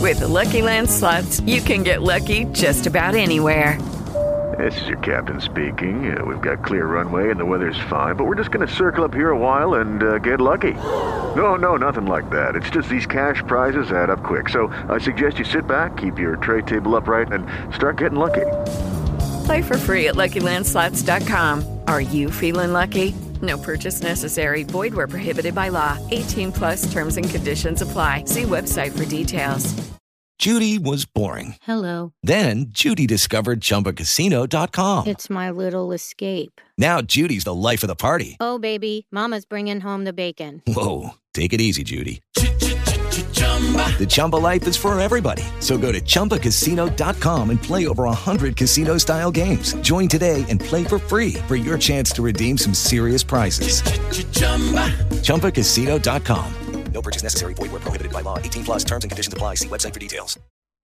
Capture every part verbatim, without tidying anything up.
With the Lucky Land Slots, you can get lucky just about anywhere. This is your captain speaking. Uh, we've got clear runway and the weather's fine, but we're just going to circle up here a while and uh, get lucky. No, no, nothing like that. It's just these cash prizes add up quick. So I suggest you sit back, keep your tray table upright, and start getting lucky. Play for free at Lucky Land Slots dot com. Are you feeling lucky? No purchase necessary. Void where prohibited by law. eighteen plus terms and conditions apply. See website for details. Judy was boring. Hello. Then Judy discovered Chumba Casino dot com. It's my little escape. Now Judy's the life of the party. Oh, baby, mama's bringing home the bacon. Whoa, take it easy, Judy. The Chumba life is for everybody. So go to Chumba Casino dot com and play over one hundred casino-style games. Join today and play for free for your chance to redeem some serious prizes. Chumba Casino dot com. No purchase necessary. Void where prohibited by law. eighteen plus terms and conditions apply. See website for details.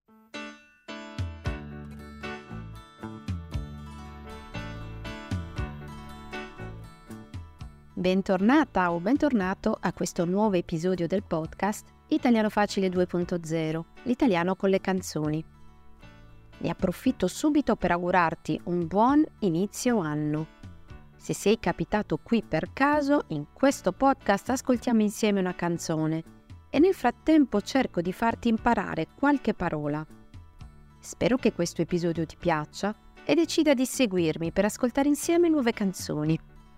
Bentornata o bentornato a questo nuovo episodio del podcast Italiano Facile due punto zero, l'italiano con le canzoni. Ne approfitto subito per augurarti un buon inizio anno. Se sei capitato qui per caso, in questo podcast ascoltiamo insieme una canzone e nel frattempo cerco di farti imparare qualche parola. Spero che questo episodio ti piaccia e decida di seguirmi per ascoltare insieme nuove canzoni.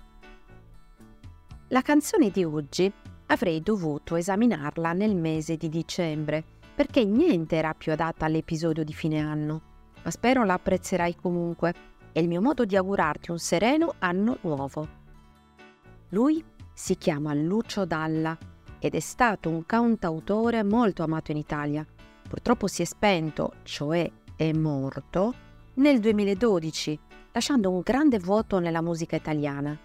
La canzone di oggi avrei dovuto esaminarla nel mese di dicembre, perché niente era più adatta all'episodio di fine anno, ma spero la apprezzerai comunque. È il mio modo di augurarti un sereno anno nuovo. Lui si chiama Lucio Dalla ed è stato un cantautore molto amato in Italia. Purtroppo si è spento, cioè è morto, nel duemiladodici, lasciando un grande vuoto nella musica italiana.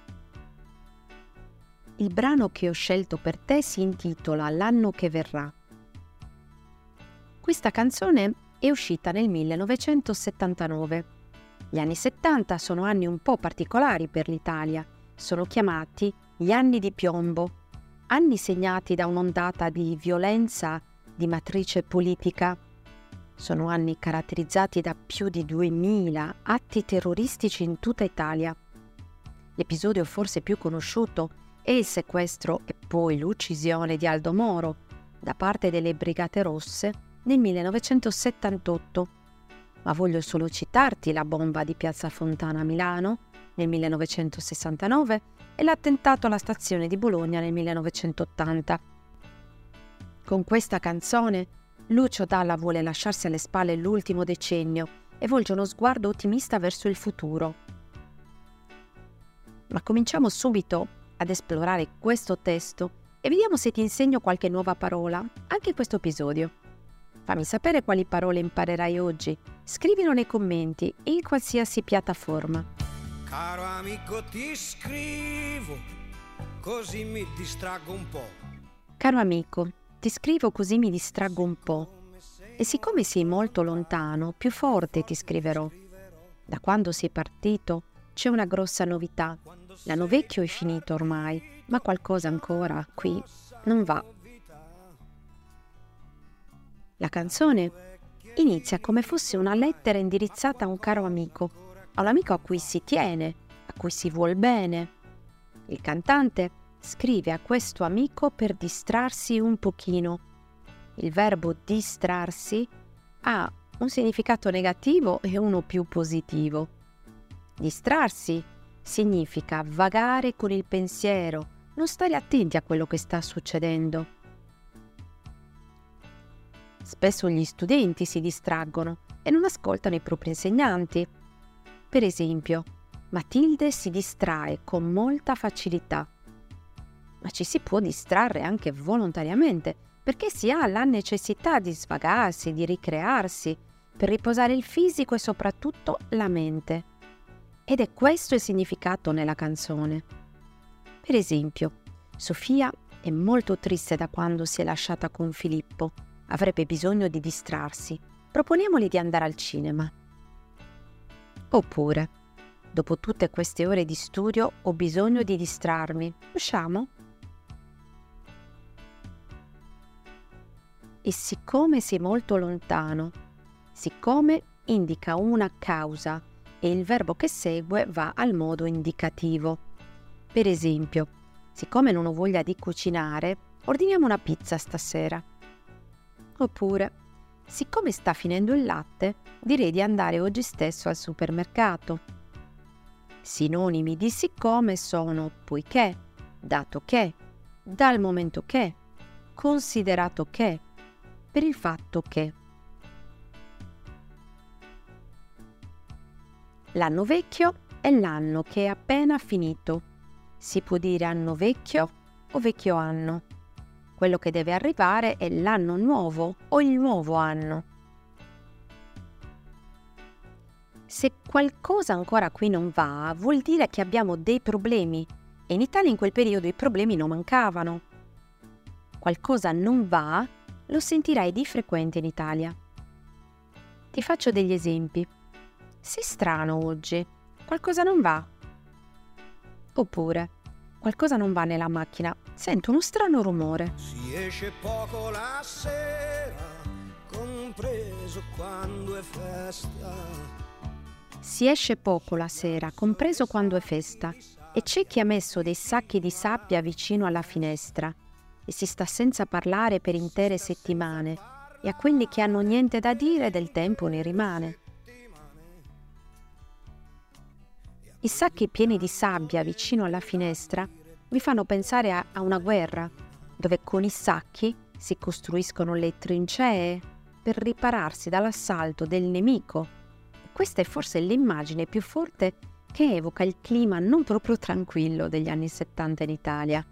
Il brano che ho scelto per te si intitola L'anno che verrà. Questa canzone è uscita nel millenovecentosettantanove. Gli anni settanta sono anni un po' particolari per l'Italia. Sono chiamati gli anni di piombo, anni segnati da un'ondata di violenza di matrice politica. Sono anni caratterizzati da più di duemila atti terroristici in tutta Italia. L'episodio forse più conosciuto è il sequestro e poi l'uccisione di Aldo Moro da parte delle Brigate Rosse nel millenovecentosettantotto, ma voglio solo citarti la bomba di Piazza Fontana a Milano nel millenovecentosessantanove e l'attentato alla stazione di Bologna nel millenovecentottanta. Con questa canzone Lucio Dalla vuole lasciarsi alle spalle l'ultimo decennio e volge uno sguardo ottimista verso il futuro. Ma cominciamo subito ad esplorare questo testo e vediamo se ti insegno qualche nuova parola anche in questo episodio. Fammi sapere quali parole imparerai oggi. Scrivilo nei commenti in qualsiasi piattaforma. Caro amico, ti scrivo così mi distraggo un po'. Caro amico, ti scrivo così mi distraggo un po'. E siccome sei molto lontano, più forte ti scriverò. Da quando sei partito c'è una grossa novità. L'anno vecchio è finito ormai, ma qualcosa ancora qui non va. La canzone inizia come fosse una lettera indirizzata a un caro amico, a un amico a cui si tiene, a cui si vuol bene. Il cantante scrive a questo amico per distrarsi un pochino. Il verbo distrarsi ha un significato negativo e uno più positivo. Distrarsi significa vagare con il pensiero, non stare attenti a quello che sta succedendo. Spesso gli studenti si distraggono e non ascoltano i propri insegnanti. Per esempio, Matilde si distrae con molta facilità. Ma ci si può distrarre anche volontariamente, perché si ha la necessità di svagarsi, di ricrearsi, per riposare il fisico e soprattutto la mente. Ed è questo il significato nella canzone. Per esempio, Sofia è molto triste da quando si è lasciata con Filippo. Avrebbe bisogno di distrarsi. Proponiamole di andare al cinema. Oppure, dopo tutte queste ore di studio ho bisogno di distrarmi. Usciamo? e siccome sei molto lontano. Siccome indica una causa e il verbo che segue va al modo indicativo. Per esempio, siccome non ho voglia di cucinare, ordiniamo una pizza stasera. Oppure, siccome sta finendo il latte, direi di andare oggi stesso al supermercato. Sinonimi di siccome sono poiché, dato che, dal momento che, considerato che, per il fatto che. L'anno vecchio è l'anno che è appena finito. Si può dire anno vecchio o vecchio anno. Quello che deve arrivare è l'anno nuovo o il nuovo anno. Se qualcosa ancora qui non va, vuol dire che abbiamo dei problemi e in Italia in quel periodo i problemi non mancavano. Qualcosa non va, lo sentirai di frequente in Italia. Ti faccio degli esempi. Sei strano oggi, qualcosa non va. Oppure, qualcosa non va nella macchina, sento uno strano rumore. Si esce poco la sera, compreso quando è festa. Si esce poco la sera, compreso quando è festa, e c'è chi ha messo dei sacchi di sabbia vicino alla finestra e si sta senza parlare per intere settimane e a quelli che hanno niente da dire del tempo ne rimane. I sacchi pieni di sabbia vicino alla finestra mi fanno pensare a, a una guerra, dove con i sacchi si costruiscono le trincee per ripararsi dall'assalto del nemico. Questa è forse l'immagine più forte che evoca il clima non proprio tranquillo degli anni settanta in Italia.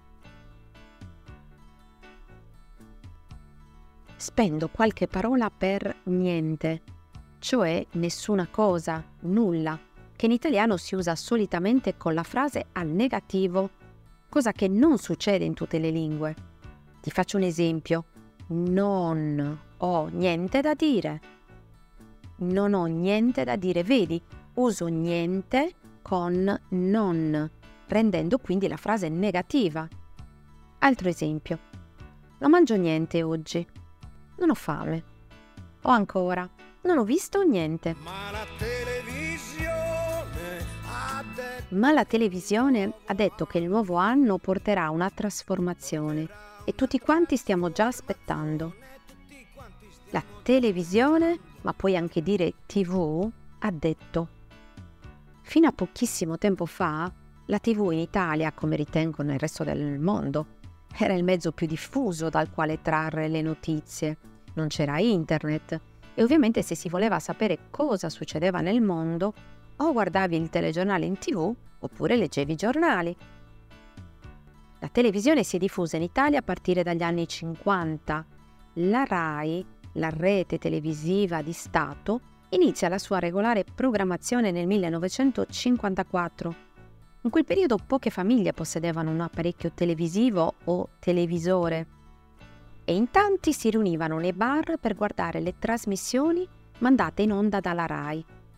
Spendo qualche parola per niente, cioè nessuna cosa, nulla, che in italiano si usa solitamente con la frase al negativo, cosa che non succede in tutte le lingue. Ti faccio un esempio. Non ho niente da dire. Non ho niente da dire. Vedi, uso niente con non, rendendo quindi la frase negativa. Altro esempio. Non mangio niente oggi. Non ho fame. O ancora, non ho visto niente. Ma la televisione ha detto... Ma la televisione ha detto che il nuovo anno porterà una trasformazione e tutti quanti stiamo già aspettando. La televisione, ma puoi anche dire tivù, ha detto. Fino a pochissimo tempo fa, la tivù in Italia, come ritengo nel resto del mondo, era il mezzo più diffuso dal quale trarre le notizie. Non c'era internet e ovviamente se si voleva sapere cosa succedeva nel mondo, o guardavi il telegiornale in tivù oppure leggevi i giornali. La televisione si è diffusa in Italia a partire dagli anni cinquanta. La RAI, la rete televisiva di Stato, inizia la sua regolare programmazione nel millenovecentocinquantaquattro. In quel periodo poche famiglie possedevano un apparecchio televisivo o televisore e in tanti si riunivano nei bar per guardare le trasmissioni mandate in onda dalla RAI.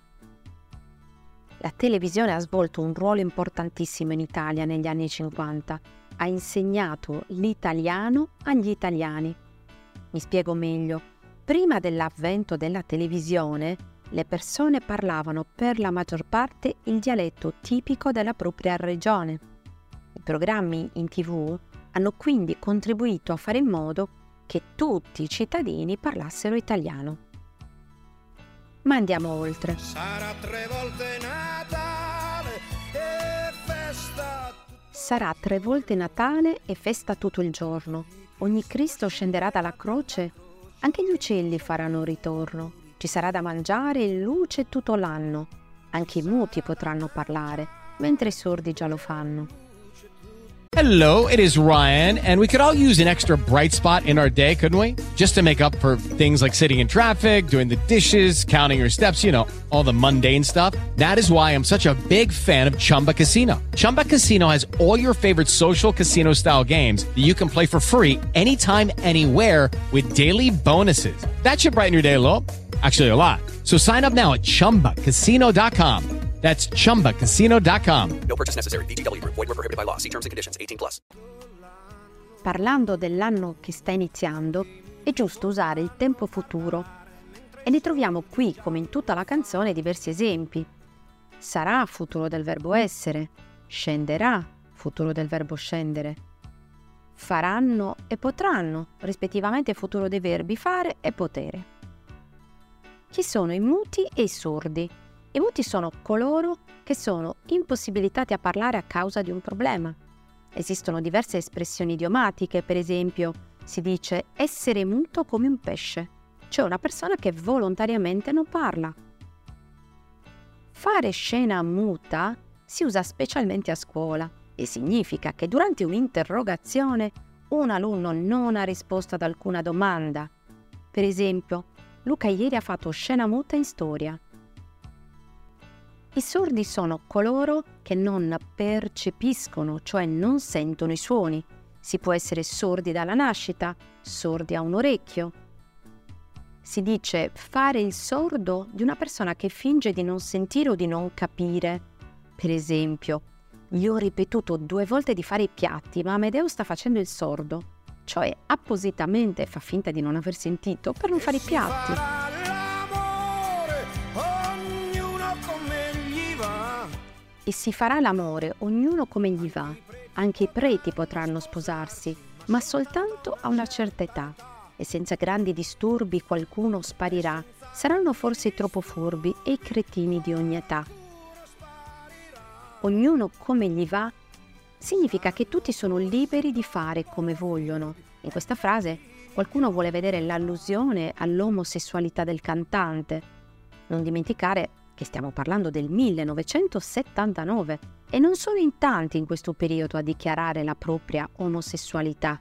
La televisione ha svolto un ruolo importantissimo in Italia negli anni cinquanta. Ha insegnato l'italiano agli italiani. Mi spiego meglio. Prima dell'avvento della televisione, le persone parlavano per la maggior parte il dialetto tipico della propria regione. I programmi in tivù hanno quindi contribuito a fare in modo che tutti i cittadini parlassero italiano. Ma andiamo oltre. Sarà tre volte Natale e festa. Sarà tre volte Natale e festa tutto il giorno. Ogni Cristo scenderà dalla croce. Anche gli uccelli faranno ritorno. Ci sarà da mangiare e luce tutto l'anno. Anche i muti potranno parlare, mentre i sordi già lo fanno. Hello, it is Ryan, and we could all use an extra bright spot in our day, couldn't we? Just to make up for things like sitting in traffic, doing the dishes, counting your steps, you know, all the mundane stuff. That is why I'm such a big fan of Chumba Casino. Chumba Casino has all your favorite social casino-style games that you can play for free anytime, anywhere with daily bonuses. That should brighten your day a little. Actually, a lot. So sign up now at chumba casino dot com. That's chumba casino dot com. No purchase necessary. V G W Group. Void where prohibited by law. See terms and conditions. eighteen plus. Parlando dell'anno che sta iniziando, È giusto usare il tempo futuro e ne troviamo qui, come in tutta la canzone, diversi esempi. Sarà futuro del verbo essere, scenderà futuro del verbo scendere, faranno e potranno, rispettivamente futuro dei verbi fare e potere. Chi sono i muti e i sordi? I muti sono coloro che sono impossibilitati a parlare a causa di un problema. Esistono diverse espressioni idiomatiche, per esempio si dice essere muto come un pesce, cioè una persona che volontariamente non parla. Fare scena muta si usa specialmente a scuola e significa che durante un'interrogazione un alunno non ha risposto ad alcuna domanda. Per esempio, Luca ieri ha fatto scena muta in storia. I sordi sono coloro che non percepiscono, cioè non sentono i suoni. Si può essere sordi dalla nascita, sordi a un orecchio. Si dice fare il sordo di una persona che finge di non sentire o di non capire. Per esempio, gli ho ripetuto due volte di fare i piatti, ma Amedeo sta facendo il sordo, cioè appositamente fa finta di non aver sentito per non fare i piatti. E si farà l'amore, ognuno come gli va. Anche i preti potranno sposarsi, ma soltanto a una certa età. E senza grandi disturbi qualcuno sparirà. Saranno forse troppo furbi e i cretini di ogni età. Ognuno come gli va significa che tutti sono liberi di fare come vogliono. In questa frase qualcuno vuole vedere l'allusione all'omosessualità del cantante. Non dimenticare che stiamo parlando del millenovecentosettantanove e non sono in tanti in questo periodo a dichiarare la propria omosessualità.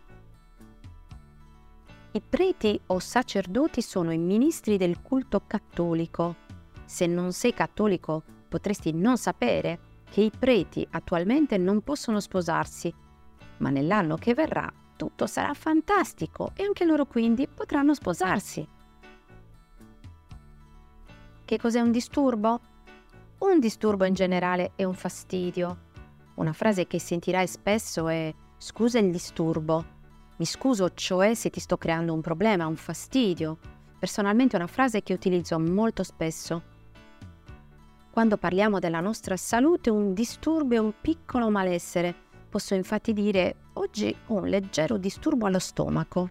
I preti o sacerdoti sono i ministri del culto cattolico. Se non sei cattolico, potresti non sapere che i preti attualmente non possono sposarsi, ma nell'anno che verrà tutto sarà fantastico e anche loro quindi potranno sposarsi. Che cos'è un disturbo? Un disturbo in generale è un fastidio. Una frase che sentirai spesso è «scusa il disturbo». Mi scuso, cioè, se ti sto creando un problema, un fastidio. Personalmente è una frase che utilizzo molto spesso. Quando parliamo della nostra salute, un disturbo è un piccolo malessere. Posso infatti dire «oggi ho un leggero disturbo allo stomaco».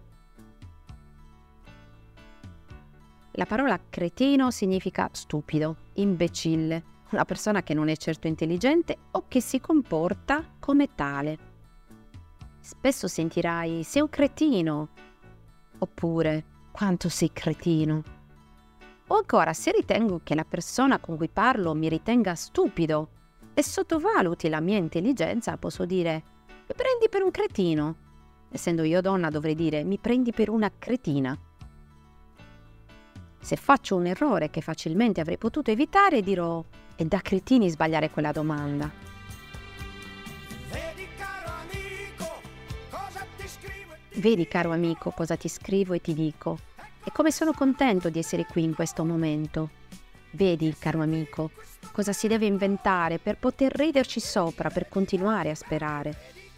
La parola cretino significa stupido, imbecille, una persona che non è certo intelligente o che si comporta come tale. Spesso sentirai «sei un cretino» oppure «quanto sei cretino». O ancora, se ritengo che la persona con cui parlo mi ritenga stupido e sottovaluti la mia intelligenza, posso dire «mi prendi per un cretino». Essendo io donna dovrei dire «mi prendi per una cretina». Se faccio un errore che facilmente avrei potuto evitare, dirò «è da cretini sbagliare quella domanda». Vedi, caro amico, cosa ti scrivo e ti dico, e come sono contento di essere qui in questo momento. Vedi, caro amico, cosa si deve inventare per poter riderci sopra, per continuare a sperare.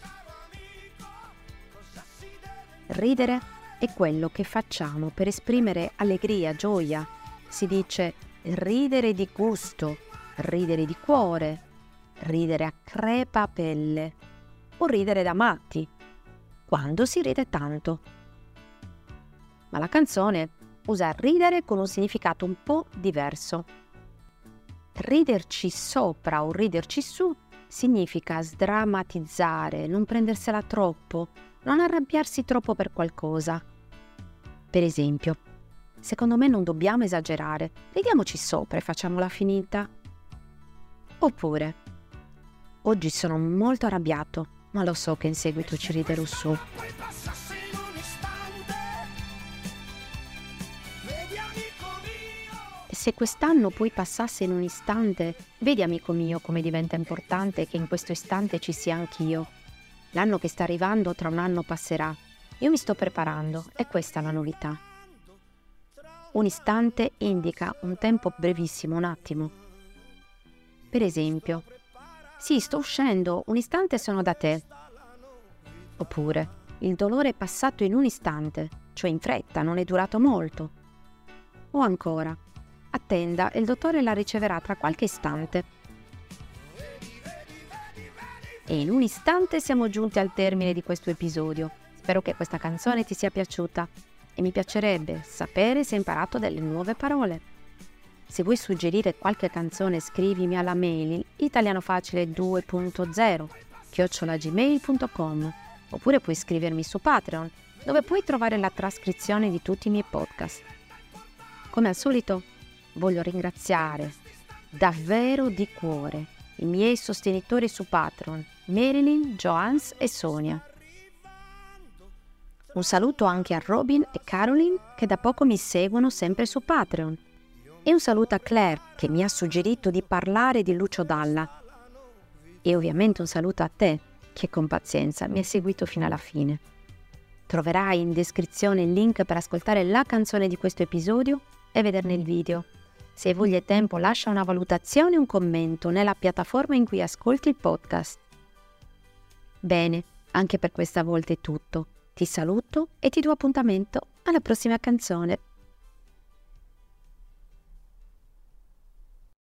Ridere è quello che facciamo per esprimere allegria, gioia. Si dice ridere di gusto, ridere di cuore, ridere a crepa pelle o ridere da matti, quando si ride tanto. Ma la canzone usa ridere con un significato un po' diverso. Riderci sopra o riderci su significa sdrammatizzare, non prendersela troppo, non arrabbiarsi troppo per qualcosa. Per esempio, secondo me non dobbiamo esagerare, ridiamoci sopra e facciamola finita. Oppure, oggi sono molto arrabbiato, ma lo so che in seguito ci riderò su. E se quest'anno poi passasse in un istante, vedi amico mio come diventa importante che in questo istante ci sia anch'io. L'anno che sta arrivando tra un anno passerà. Io mi sto preparando, è questa la novità. Un istante indica un tempo brevissimo, un attimo. Per esempio, sì, sto uscendo, un istante sono da te. Oppure, il dolore è passato in un istante. cioè in fretta, non è durato molto. O ancora, attenda e il dottore la riceverà tra qualche istante. E in un istante siamo giunti al termine di questo episodio. Spero che questa canzone ti sia piaciuta e mi piacerebbe sapere se hai imparato delle nuove parole. Se vuoi suggerire qualche canzone scrivimi alla mail italianofacile due punto zero chiocciola gmail punto com oppure puoi scrivermi su Patreon, dove puoi trovare la trascrizione di tutti i miei podcast. Come al solito voglio ringraziare davvero di cuore i miei sostenitori su Patreon, Marilyn, Joans e Sonia. Un saluto anche a Robin e Caroline che da poco mi seguono sempre su Patreon. E un saluto a Claire che mi ha suggerito di parlare di Lucio Dalla. E ovviamente un saluto a te che con pazienza mi hai seguito fino alla fine. Troverai in descrizione il link per ascoltare la canzone di questo episodio e vederne il video. Se hai voglia e tempo lascia una valutazione e un commento nella piattaforma in cui ascolti il podcast. Bene, anche per questa volta è tutto. Ti saluto e ti do appuntamento alla prossima canzone.